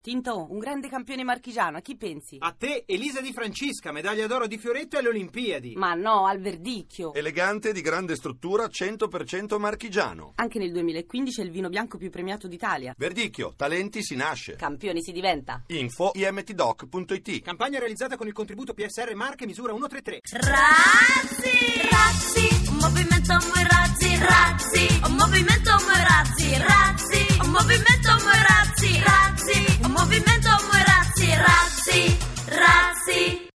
Tinto, un grande campione marchigiano, a chi pensi? A te, Elisa Di Francisca, medaglia d'oro di Fioretto alle Olimpiadi. Ma no, al Verdicchio. Elegante, di grande struttura, 100% marchigiano. Anche nel 2015 è il vino bianco più premiato d'Italia. Verdicchio, talenti si nasce. Campioni si diventa. Info imtdoc.it. Campagna realizzata con il contributo PSR Marche misura 133. Razzi, un movimento muy razzi, un movimento